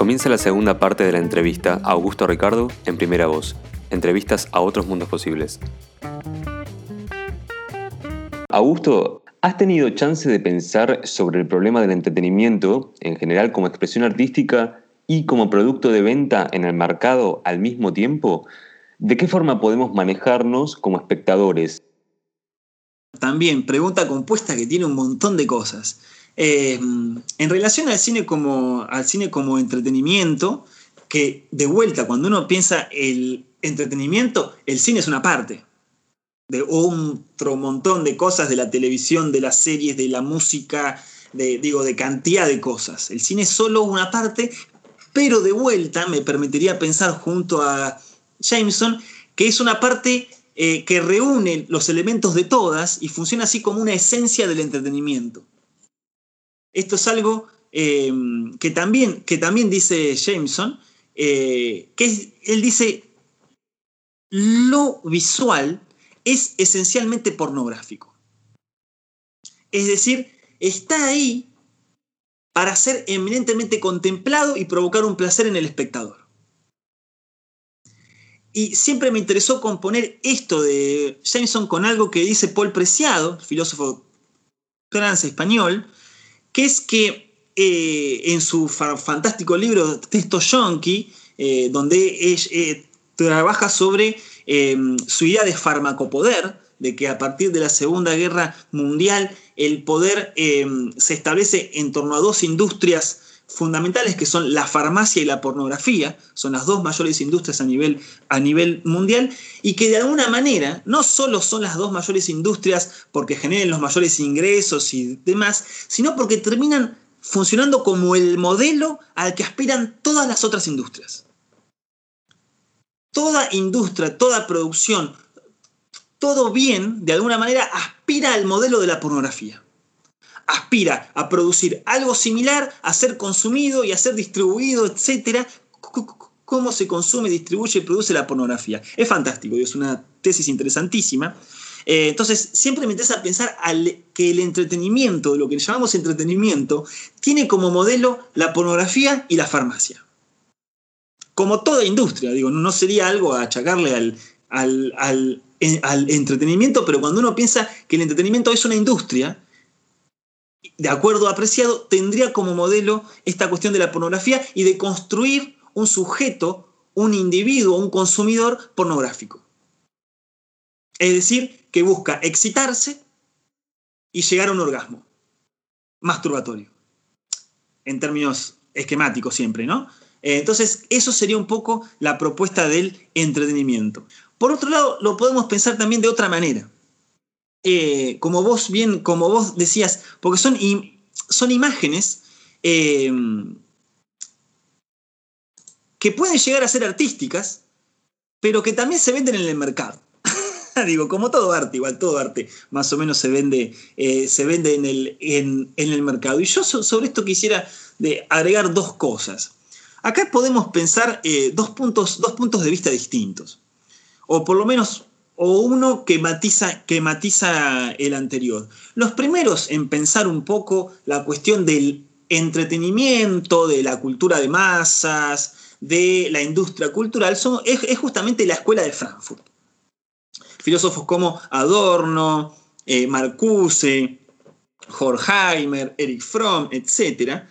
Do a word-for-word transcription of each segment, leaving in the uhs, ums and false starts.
Comienza la segunda parte de la entrevista a Augusto Ricardo en Primera Voz. Entrevistas a otros mundos posibles. Augusto, ¿has tenido chance de pensar sobre el problema del entretenimiento, en general como expresión artística y como producto de venta en el mercado al mismo tiempo? ¿De qué forma podemos manejarnos como espectadores? También, pregunta compuesta que tiene un montón de cosas. Eh, en relación al cine como, al cine como entretenimiento, que de vuelta, cuando uno piensa el entretenimiento, el cine es una parte de otro montón de cosas, de la televisión, de las series, de la música, de, digo, de cantidad de cosas. El cine es solo una parte, pero de vuelta me permitiría pensar junto a Jameson que es una parte eh, que reúne los elementos de todas y funciona así como una esencia del entretenimiento. Esto es algo eh, que, también, que también dice Jameson, eh, que es, él dice, lo visual es esencialmente pornográfico. Es decir, está ahí para ser eminentemente contemplado y provocar un placer en el espectador. Y siempre me interesó componer esto de Jameson con algo que dice Paul Preciado, filósofo trans español, que es que eh, en su fa- fantástico libro Texto Yonki, eh, donde él eh, trabaja sobre eh, su idea de farmacopoder, de que a partir de la Segunda Guerra Mundial el poder eh, se establece en torno a dos industrias fundamentales que son la farmacia y la pornografía, son las dos mayores industrias a nivel, a nivel mundial, y que de alguna manera no solo son las dos mayores industrias porque generen los mayores ingresos y demás, sino porque terminan funcionando como el modelo al que aspiran todas las otras industrias. Toda industria, toda producción, todo bien, de alguna manera, aspira al modelo de la pornografía. Aspira a producir algo similar, a ser consumido y a ser distribuido, etcétera. Cómo se consume, distribuye y produce la pornografía. Es fantástico y es una tesis interesantísima. Eh, entonces, siempre me interesa pensar al, que el entretenimiento, lo que llamamos entretenimiento, tiene como modelo la pornografía y la farmacia. Como toda industria, digo, no sería algo a achacarle al, al, al, al entretenimiento, pero cuando uno piensa que el entretenimiento es una industria, de acuerdo a Preciado, tendría como modelo esta cuestión de la pornografía y de construir un sujeto, un individuo, un consumidor pornográfico. Es decir, que busca excitarse y llegar a un orgasmo masturbatorio, en términos esquemáticos siempre, ¿no? Entonces, eso sería un poco la propuesta del entretenimiento. Por otro lado, lo podemos pensar también de otra manera. Eh, como vos bien, como vos decías, porque son, son imágenes eh, que pueden llegar a ser artísticas, pero que también se venden en el mercado. Digo, como todo arte, igual todo arte más o menos se vende, eh, se vende en, el, en, en el mercado. Y yo so, sobre esto quisiera de agregar dos cosas. Acá podemos pensar eh, dos, puntos, dos puntos de vista distintos, o por lo menos o uno que matiza, que matiza el anterior. Los primeros en pensar un poco la cuestión del entretenimiento, de la cultura de masas, de la industria cultural, son, es, es justamente la escuela de Frankfurt. Filósofos como Adorno, eh, Marcuse, Horkheimer, Erich Fromm, etcétera,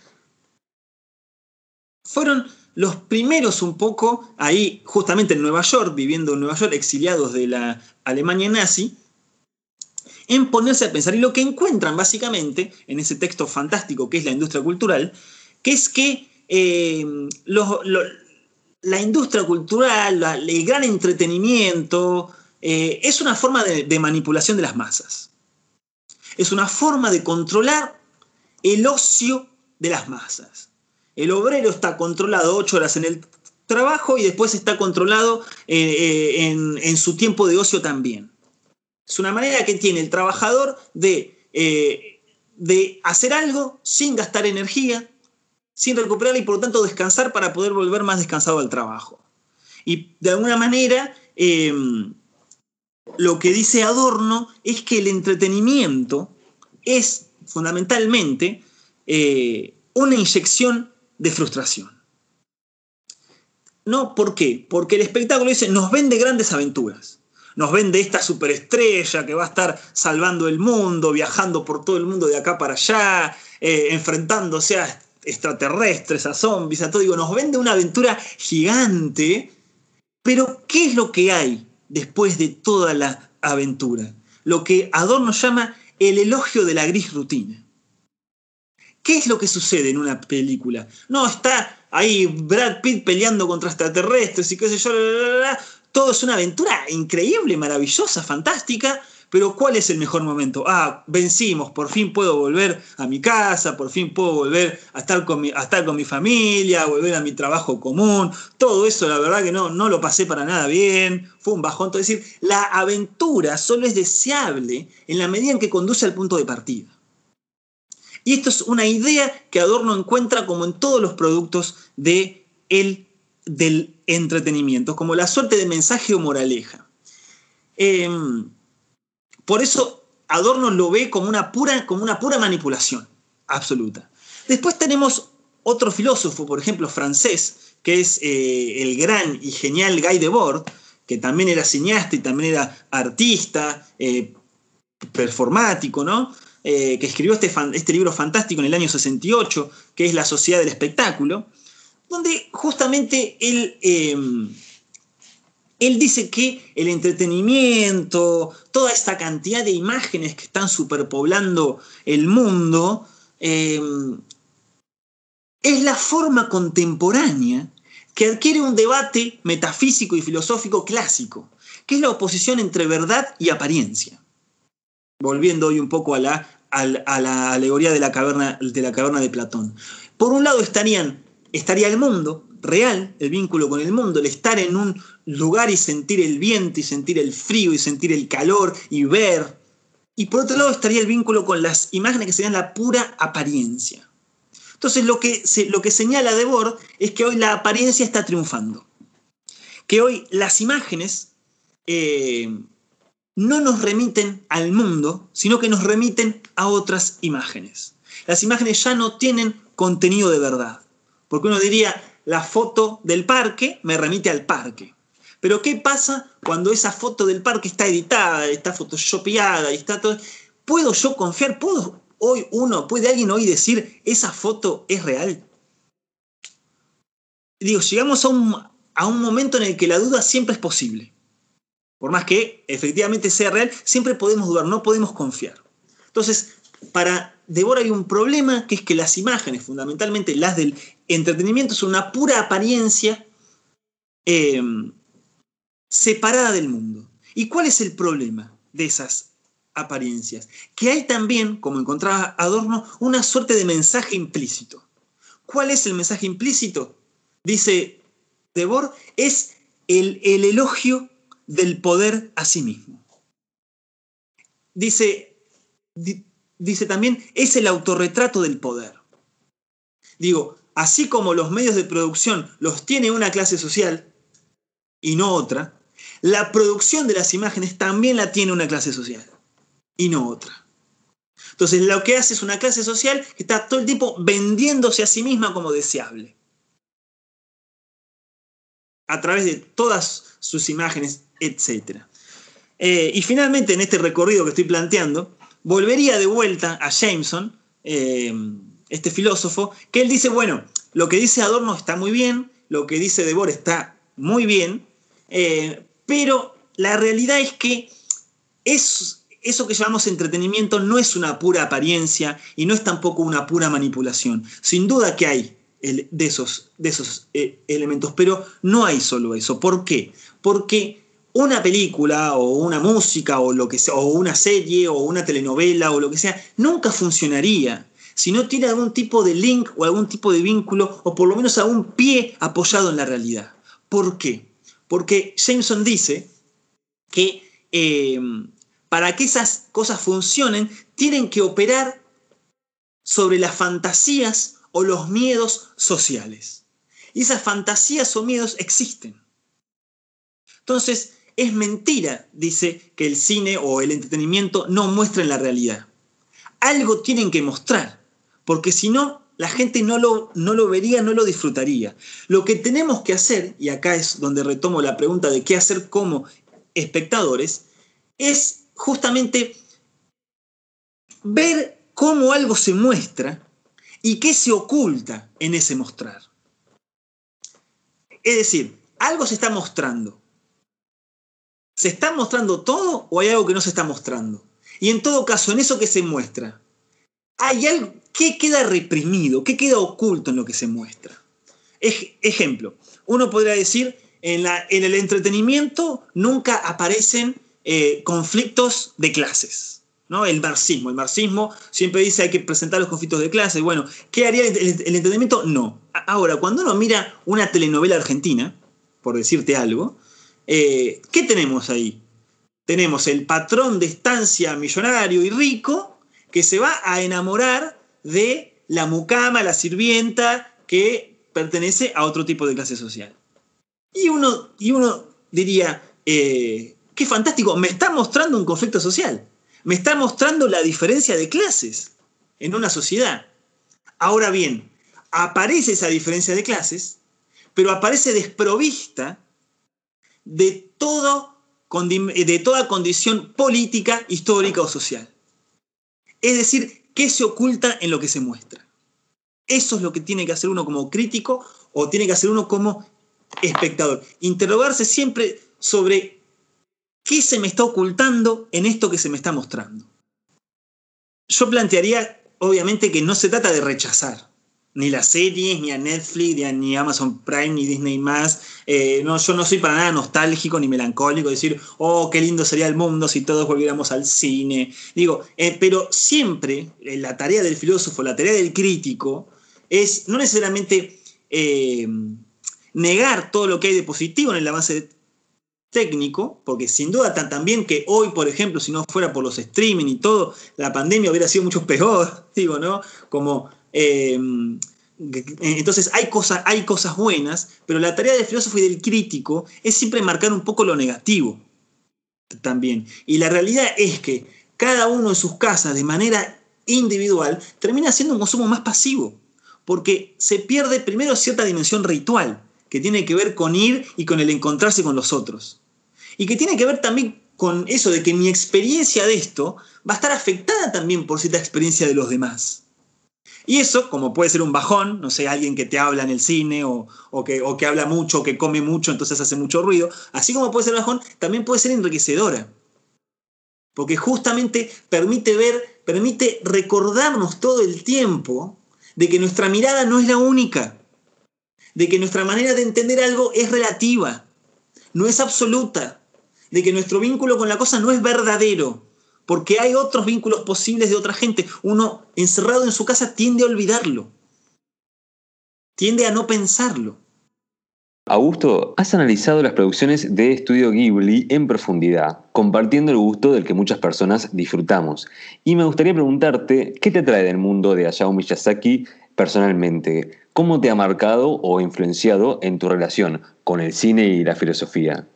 fueron los primeros un poco ahí, justamente en Nueva York, viviendo en Nueva York, exiliados de la Alemania nazi, en ponerse a pensar. Y lo que encuentran básicamente en ese texto fantástico que es la industria cultural, que es que eh, los, los, la industria cultural, la, el gran entretenimiento, eh, es una forma de, de manipulación de las masas. Es una forma de controlar el ocio de las masas. El obrero está controlado ocho horas en el trabajo y después está controlado eh, en, en su tiempo de ocio también. Es una manera que tiene el trabajador de, eh, de hacer algo sin gastar energía, sin recuperarla y por lo tanto descansar para poder volver más descansado al trabajo. Y de alguna manera eh, lo que dice Adorno es que el entretenimiento es fundamentalmente eh, una inyección de frustración. No, ¿por qué? Porque el espectáculo dice, nos vende grandes aventuras. Nos vende esta superestrella que va a estar salvando el mundo, viajando por todo el mundo de acá para allá, eh, enfrentándose a extraterrestres, a zombies, a todo. Digo, nos vende una aventura gigante, pero ¿qué es lo que hay después de toda la aventura? Lo que Adorno llama el elogio de la gris rutina. ¿Qué es lo que sucede en una película? No, está ahí Brad Pitt peleando contra extraterrestres y qué sé yo, la, la, la, la. Todo es una aventura increíble, maravillosa, fantástica, pero ¿cuál es el mejor momento? Ah, vencimos, por fin puedo volver a mi casa, por fin puedo volver a estar con mi, a estar con mi familia, a volver a mi trabajo común. Todo eso, la verdad que no, no lo pasé para nada bien, fue un bajón. Es decir, la aventura solo es deseable en la medida en que conduce al punto de partida. Y esto es una idea que Adorno encuentra como en todos los productos de el, del entretenimiento, como la suerte de mensaje o moraleja. Eh, por eso Adorno lo ve como una, pura, como una pura manipulación absoluta. Después tenemos otro filósofo, por ejemplo, francés, que es eh, el gran y genial Guy Debord, que también era cineasta y también era artista, eh, performático, ¿no? Eh, que escribió este, fan, este libro fantástico en el año sesenta y ocho, que es La Sociedad del Espectáculo, donde justamente él, eh, él dice que el entretenimiento, toda esta cantidad de imágenes que están superpoblando el mundo, eh, es la forma contemporánea que adquiere un debate metafísico y filosófico clásico, que es la oposición entre verdad y apariencia. Volviendo hoy un poco a la, a, a la alegoría de la, caverna, de la caverna de Platón. Por un lado estarían, estaría el mundo real, el vínculo con el mundo, el estar en un lugar y sentir el viento y sentir el frío y sentir el calor y ver. Y por otro lado estaría el vínculo con las imágenes que serían la pura apariencia. Entonces lo que, se, lo que señala Debord es que hoy la apariencia está triunfando. Que hoy las imágenes Eh, no nos remiten al mundo, sino que nos remiten a otras imágenes. Las imágenes ya no tienen contenido de verdad. Porque uno diría, la foto del parque me remite al parque. Pero ¿qué pasa cuando esa foto del parque está editada, está photoshopeada y está todo? ¿Puedo yo confiar? ¿Puedo hoy uno, puede alguien hoy decir, esa foto es real? Digo, llegamos a un, a un momento en el que la duda siempre es posible. Por más que efectivamente sea real, siempre podemos dudar, no podemos confiar. Entonces, para Debord hay un problema, que es que las imágenes, fundamentalmente las del entretenimiento, son una pura apariencia eh, separada del mundo. ¿Y cuál es el problema de esas apariencias? Que hay también, como encontraba Adorno, una suerte de mensaje implícito. ¿Cuál es el mensaje implícito? Dice Debord, es el, el elogio del poder a sí mismo. Dice, di, dice también, es el autorretrato del poder. Digo, así como los medios de producción los tiene una clase social y no otra, la producción de las imágenes también la tiene una clase social y no otra. Entonces lo que hace es una clase social que está todo el tiempo vendiéndose a sí misma como deseable, a través de todas sus imágenes, etcétera. Eh, y finalmente, en este recorrido que estoy planteando, volvería de vuelta a Jameson, eh, este filósofo, que él dice, bueno, lo que dice Adorno está muy bien, lo que dice Debord está muy bien, eh, pero la realidad es que es, eso que llamamos entretenimiento no es una pura apariencia y no es tampoco una pura manipulación. Sin duda que hay El, de esos, de esos eh, elementos, pero no hay solo eso. ¿Por qué? Porque una película o una música o, lo que sea, o una serie o una telenovela o lo que sea, nunca funcionaría si no tiene algún tipo de link o algún tipo de vínculo o por lo menos algún pie apoyado en la realidad. ¿Por qué? Porque Jameson dice que eh, para que esas cosas funcionen tienen que operar sobre las fantasías o los miedos sociales. Y esas fantasías o miedos existen. Entonces, es mentira, dice, que el cine o el entretenimiento no muestren la realidad. Algo tienen que mostrar, porque si no, la gente no lo, no lo vería, no lo disfrutaría. Lo que tenemos que hacer, y acá es donde retomo la pregunta de qué hacer como espectadores, es justamente ver cómo algo se muestra y qué se oculta en ese mostrar. Es decir, algo se está mostrando. ¿Se está mostrando todo o hay algo que no se está mostrando? Y en todo caso, en eso que se muestra, ¿hay algo que queda reprimido? ¿Qué queda oculto en lo que se muestra? Ej- ejemplo, uno podría decir, en, la, en el entretenimiento nunca aparecen eh, conflictos de clases, ¿no? El marxismo. El marxismo siempre dice hay que presentar los conflictos de clases. Bueno, ¿qué haría el, el, el entretenimiento? No. Ahora, cuando uno mira una telenovela argentina, por decirte algo, eh, ¿qué tenemos ahí? Tenemos el patrón de estancia millonario y rico que se va a enamorar de la mucama, la sirvienta, que pertenece a otro tipo de clase social. Y uno, y uno diría, eh, qué fantástico, me está mostrando un conflicto social, me está mostrando la diferencia de clases en una sociedad. Ahora bien, aparece esa diferencia de clases, pero aparece desprovista de, todo, de toda condición política, histórica o social. Es decir, ¿qué se oculta en lo que se muestra? Eso es lo que tiene que hacer uno como crítico o tiene que hacer uno como espectador. Interrogarse siempre sobre qué se me está ocultando en esto que se me está mostrando. Yo plantearía, obviamente, que no se trata de rechazar ni las series, ni a Netflix, ni a ni Amazon Prime, ni Disney+. Eh, no, yo no soy para nada nostálgico ni melancólico, decir, oh, qué lindo sería el mundo si todos volviéramos al cine. Digo, eh, pero siempre eh, la tarea del filósofo, la tarea del crítico, es no necesariamente eh, negar todo lo que hay de positivo en el avance técnico, porque sin duda también que hoy, por ejemplo, si no fuera por los streaming y todo, la pandemia hubiera sido mucho peor, digo, ¿no? Como... Eh, entonces hay cosas, hay cosas buenas, pero la tarea del filósofo y del crítico es siempre marcar un poco lo negativo también. Y la realidad es que cada uno en sus casas, de manera individual, termina siendo un consumo más pasivo, porque se pierde primero cierta dimensión ritual, que tiene que ver con ir y con el encontrarse con los otros. Y que tiene que ver también con eso de que mi experiencia de esto va a estar afectada también por cierta experiencia de los demás. Y eso, como puede ser un bajón, no sé, alguien que te habla en el cine o, o, que, o que habla mucho o que come mucho, entonces hace mucho ruido, así como puede ser bajón, también puede ser enriquecedora. Porque justamente permite ver, permite recordarnos todo el tiempo de que nuestra mirada no es la única, de que nuestra manera de entender algo es relativa, no es absoluta, de que nuestro vínculo con la cosa no es verdadero, porque hay otros vínculos posibles de otra gente. Uno encerrado en su casa tiende a olvidarlo, tiende a no pensarlo. Augusto, has analizado las producciones de Estudio Ghibli en profundidad, compartiendo el gusto del que muchas personas disfrutamos. Y me gustaría preguntarte, ¿qué te trae del mundo de Hayao Miyazaki personalmente? ¿Cómo te ha marcado o influenciado en tu relación con el cine y la filosofía?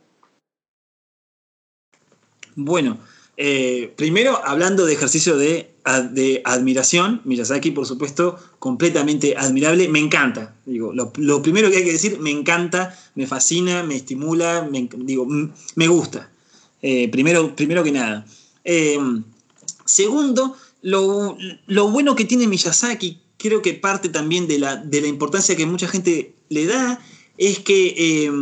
Bueno, eh, primero hablando de ejercicio de, de admiración, Miyazaki, por supuesto, completamente admirable, me encanta. Digo, lo, lo primero que hay que decir, me encanta, me fascina, me estimula, me, digo, me gusta. Eh, primero, primero que nada. Eh, segundo, lo, lo bueno que tiene Miyazaki, creo que parte también de la, de la importancia que mucha gente le da, es que eh,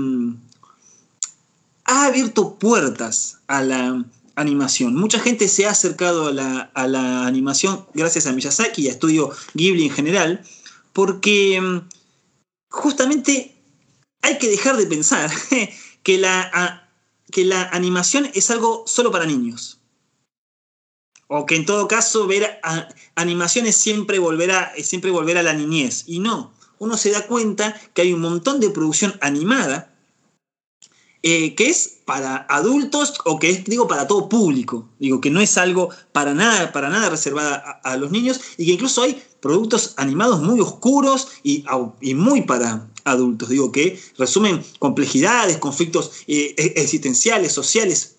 ha abierto puertas a la animación. Mucha gente se ha acercado a la, a la animación gracias a Miyazaki y a Estudio Ghibli en general, porque justamente hay que dejar de pensar que la, a, que la animación es algo solo para niños. O que en todo caso ver a, animación es siempre volver, a, es siempre volver a la niñez. Y no, uno se da cuenta que hay un montón de producción animada Eh, que es para adultos o que es, digo, para todo público. Digo, que no es algo para nada, para nada reservada a, a los niños y que incluso hay productos animados muy oscuros y, y muy para adultos. Digo, que resumen complejidades, conflictos eh, existenciales, sociales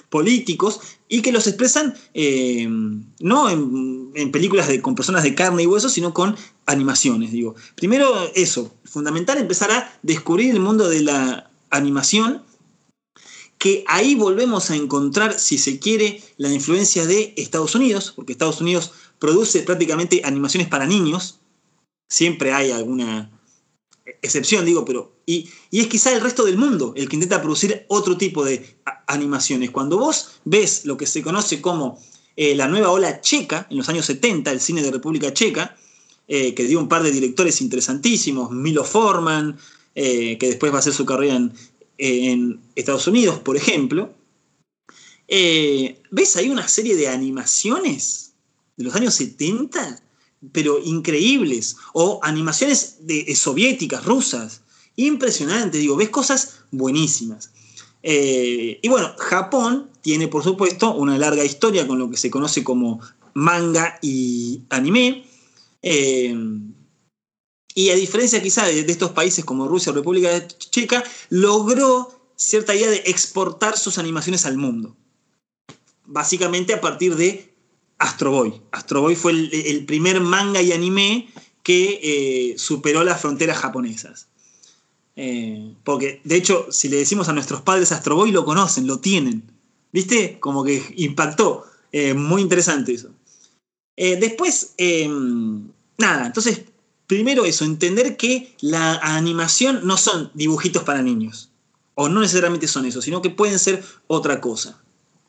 políticos, y que los expresan eh, no en, en películas de, con personas de carne y hueso, sino con animaciones. Digo. Primero eso, fundamental empezar a descubrir el mundo de la animación, que ahí volvemos a encontrar, si se quiere, la influencia de Estados Unidos, porque Estados Unidos produce prácticamente animaciones para niños, siempre hay alguna excepción, digo, pero... Y, y es quizá el resto del mundo el que intenta producir otro tipo de a, animaciones. Cuando vos ves lo que se conoce como eh, la nueva ola checa, en los años setenta, el cine de República Checa, eh, que dio un par de directores interesantísimos, Milo Forman, eh, que después va a hacer su carrera en, en Estados Unidos, por ejemplo, eh, ves ahí una serie de animaciones de los años setenta, pero increíbles, o animaciones de, de soviéticas, rusas, impresionantes, digo, ves cosas buenísimas. Eh, y bueno, Japón tiene, por supuesto, una larga historia con lo que se conoce como manga y anime, eh, y a diferencia quizá de, de estos países como Rusia o República Checa, logró cierta idea de exportar sus animaciones al mundo, básicamente a partir de Astro Boy. Astro Boy fue el, el primer manga y anime que eh, superó las fronteras japonesas. Eh, porque, de hecho, si le decimos a nuestros padres Astro Boy, lo conocen, lo tienen. ¿Viste? Como que impactó. Eh, muy interesante eso. Eh, después, eh, nada, entonces, primero eso, entender que la animación no son dibujitos para niños. O no necesariamente son eso, sino que pueden ser otra cosa.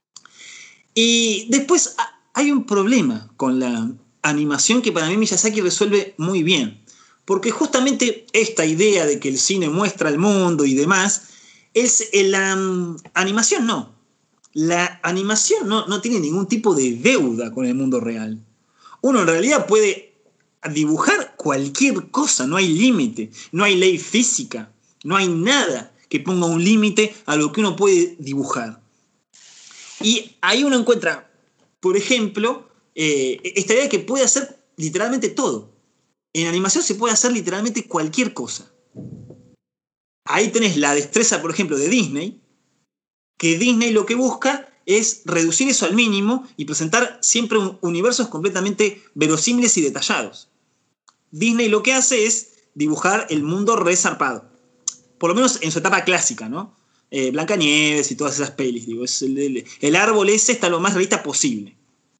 Y después hay un problema con la animación que para mí Miyazaki resuelve muy bien. Porque justamente esta idea de que el cine muestra el mundo y demás, es la um, animación no. La animación no, no tiene ningún tipo de deuda con el mundo real. Uno en realidad puede dibujar cualquier cosa, no hay límite, no hay ley física, no hay nada que ponga un límite a lo que uno puede dibujar. Y ahí uno encuentra, por ejemplo, eh, esta idea de que puede hacer literalmente todo. En animación se puede hacer literalmente cualquier cosa. Ahí tenés la destreza, por ejemplo, de Disney, que Disney lo que busca es reducir eso al mínimo y presentar siempre un universos completamente verosímiles y detallados. Disney lo que hace es dibujar el mundo resarpado. Por lo menos en su etapa clásica, ¿no? Eh, Blancanieves y todas esas pelis. Digo, es el, el, el árbol ese está lo más realista posible.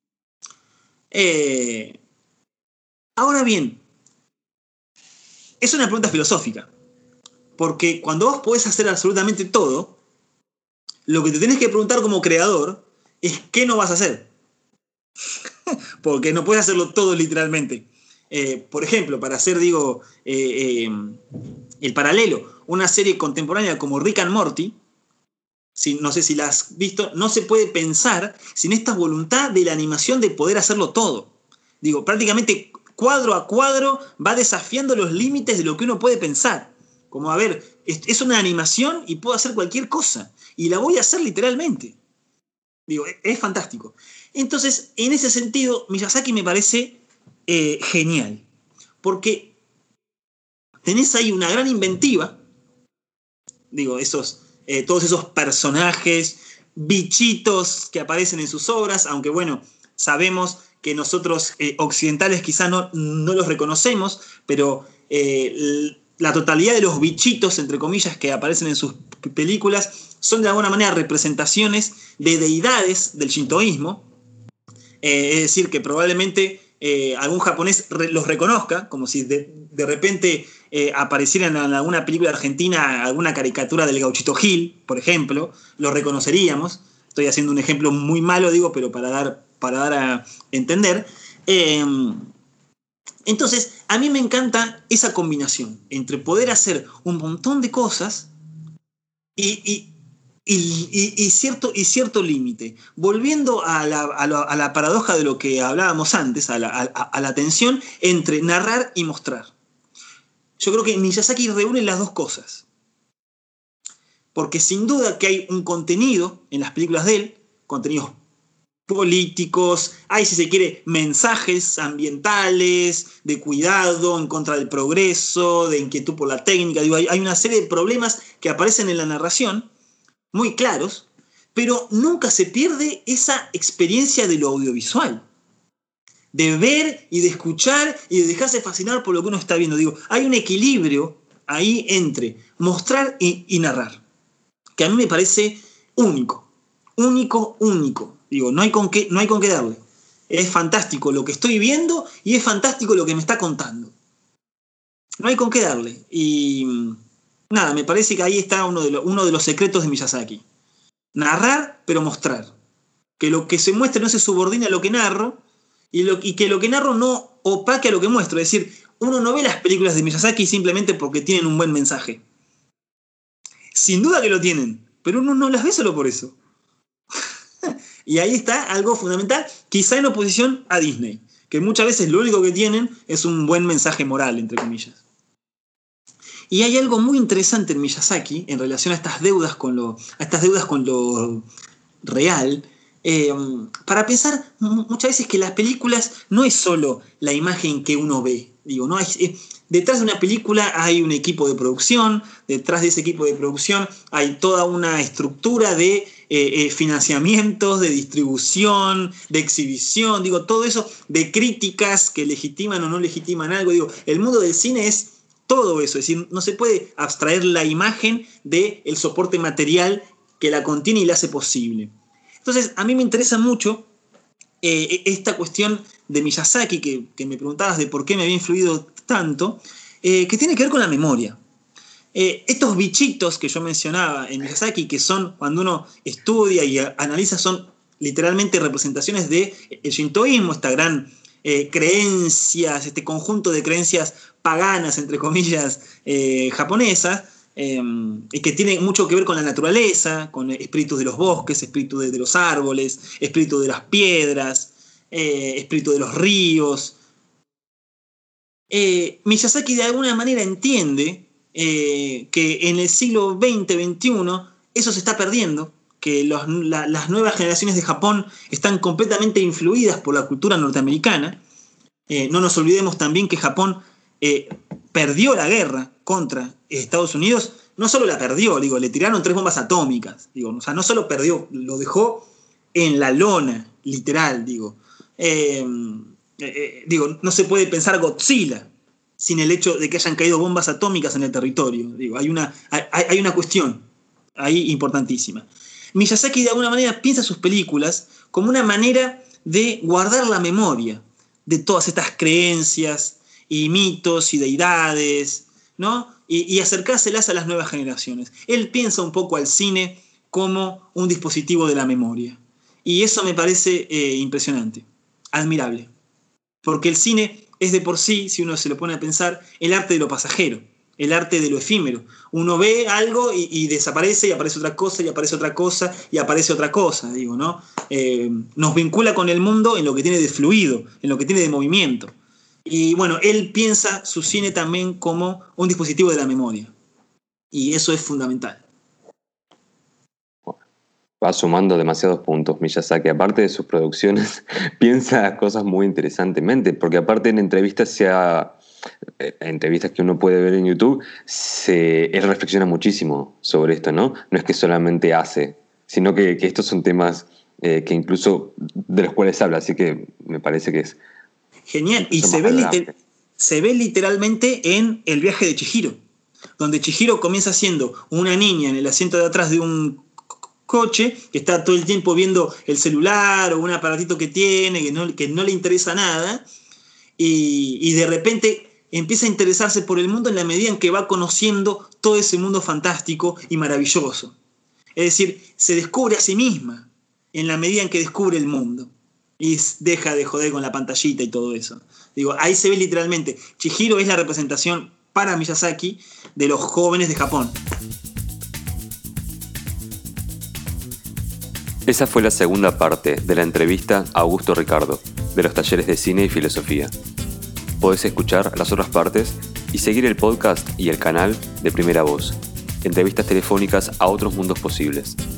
Eh, ahora bien, es una pregunta filosófica. Porque cuando vos podés hacer absolutamente todo, lo que te tenés que preguntar como creador es ¿qué no vas a hacer? Porque no puedes hacerlo todo literalmente. Eh, por ejemplo, para hacer, digo, eh, eh, el paralelo, una serie contemporánea como Rick and Morty, si, no sé si la has visto, no se puede pensar sin esta voluntad de la animación de poder hacerlo todo. Digo, prácticamente cuadro a cuadro va desafiando los límites de lo que uno puede pensar. Como, a ver, es, es una animación y puedo hacer cualquier cosa. Y la voy a hacer literalmente. Digo, es, es fantástico. Entonces, en ese sentido, Miyazaki me parece eh, genial. Porque tenés ahí una gran inventiva. Digo, esos, eh, todos esos personajes, bichitos que aparecen en sus obras, aunque bueno, sabemos que nosotros eh, occidentales quizá no, no los reconocemos, pero eh, la totalidad de los bichitos, entre comillas, que aparecen en sus películas son de alguna manera representaciones de deidades del shintoísmo. Eh, es decir, que probablemente eh, algún japonés re- los reconozca, como si de, de repente eh, aparecieran en alguna película argentina alguna caricatura del Gauchito Gil, por ejemplo, lo reconoceríamos. Estoy haciendo un ejemplo muy malo, digo, pero para dar, para dar a entender. Eh, entonces, a mí me encanta esa combinación entre poder hacer un montón de cosas y... y Y, y, y cierto, y cierto límite. Volviendo a la, a, la, a la paradoja de lo que hablábamos antes, a la, a, a la tensión entre narrar y mostrar. Yo creo que Miyazaki reúne las dos cosas. Porque sin duda que hay un contenido en las películas de él, contenidos políticos, hay, si se quiere, mensajes ambientales, de cuidado en contra del progreso, de inquietud por la técnica. Digo, hay, hay una serie de problemas que aparecen en la narración, muy claros, pero nunca se pierde esa experiencia de lo audiovisual. De ver y de escuchar y de dejarse fascinar por lo que uno está viendo. Digo, hay un equilibrio ahí entre mostrar y, y narrar, que a mí me parece único, único, único. Digo, no hay con qué, no hay con qué darle. Es fantástico lo que estoy viendo y es fantástico lo que me está contando. No hay con qué darle. Y nada, me parece que ahí está uno de, lo, uno de los secretos de Miyazaki. Narrar, pero mostrar. Que lo que se muestre no se subordine a lo que narro y, lo, y que lo que narro no opaque a lo que muestro. Es decir, uno no ve las películas de Miyazaki simplemente porque tienen un buen mensaje. Sin duda que lo tienen, pero uno no las ve solo por eso. Y ahí está algo fundamental, quizá en oposición a Disney, que muchas veces lo único que tienen es un buen mensaje moral, entre comillas. Y hay algo muy interesante en Miyazaki en relación a estas deudas con lo, a estas deudas con lo real, eh, para pensar muchas veces que las películas no es solo la imagen que uno ve. Digo, ¿no? Es, eh, detrás de una película hay un equipo de producción, detrás de ese equipo de producción hay toda una estructura de eh, eh, financiamientos, de distribución, de exhibición, digo, todo eso, de críticas que legitiman o no legitiman algo. Digo, el mundo del cine es todo eso, es decir, no se puede abstraer la imagen del soporte material que la contiene y la hace posible. Entonces, a mí me interesa mucho eh, esta cuestión de Miyazaki, que, que me preguntabas de por qué me había influido tanto, eh, que tiene que ver con la memoria. Eh, estos bichitos que yo mencionaba en Miyazaki, que son, cuando uno estudia y a, analiza, son literalmente representaciones del shintoísmo, esta gran eh, creencias, este conjunto de creencias paganas, entre comillas, eh, japonesas, eh, y que tienen mucho que ver con la naturaleza, con espíritus de los bosques, espíritus de, de los árboles, espíritus de las piedras, eh, espíritu de los ríos. Eh, Miyazaki de alguna manera entiende eh, que en el siglo veinte veintiuno eso se está perdiendo, que los, la, las nuevas generaciones de Japón están completamente influidas por la cultura norteamericana. Eh, no nos olvidemos también que Japón eh, perdió la guerra contra Estados Unidos. No solo la perdió, digo, le tiraron tres bombas atómicas. Digo, o sea, no solo perdió, lo dejó en la lona, literal, digo. Eh, eh, digo, no se puede pensar Godzilla sin el hecho de que hayan caído bombas atómicas en el territorio. Digo, hay una, hay, hay una cuestión ahí importantísima. Miyazaki de alguna manera piensa sus películas como una manera de guardar la memoria de todas estas creencias y mitos y deidades, ¿no? Y, y acercárselas a las nuevas generaciones. Él piensa un poco al cine como un dispositivo de la memoria. Y eso me parece eh, impresionante, admirable. Porque el cine es de por sí, si uno se lo pone a pensar, el arte de lo pasajero, el arte de lo efímero. Uno ve algo y, y desaparece y aparece otra cosa y aparece otra cosa y aparece otra cosa, digo, ¿no? Eh, nos vincula con el mundo en lo que tiene de fluido, en lo que tiene de movimiento. Y bueno, él piensa su cine también como un dispositivo de la memoria. Y eso es fundamental. Va sumando demasiados puntos Miyazaki. Aparte de sus producciones, piensa cosas muy interesantemente, porque aparte en entrevistas se ha, entrevistas que uno puede ver en YouTube, se, él reflexiona muchísimo sobre esto, ¿no? No es que solamente hace, sino que, que estos son temas eh, que incluso de los cuales habla, así que me parece que es genial. Y se ve, liter- se ve literalmente en El viaje de Chihiro, donde Chihiro comienza siendo una niña en el asiento de atrás de un coche, que está todo el tiempo viendo el celular o un aparatito que tiene, que no, que no le interesa nada, y, y de repente empieza a interesarse por el mundo en la medida en que va conociendo todo ese mundo fantástico y maravilloso. Es decir, se descubre a sí misma en la medida en que descubre el mundo y deja de joder con la pantallita y todo eso. Digo, ahí se ve literalmente, Chihiro es la representación para Miyazaki de los jóvenes de Japón. Esa fue la segunda parte de la entrevista a Augusto Ricardo, de los talleres de cine y filosofía. Podés escuchar las otras partes y seguir el podcast y el canal de Primera Voz, entrevistas telefónicas a otros mundos posibles.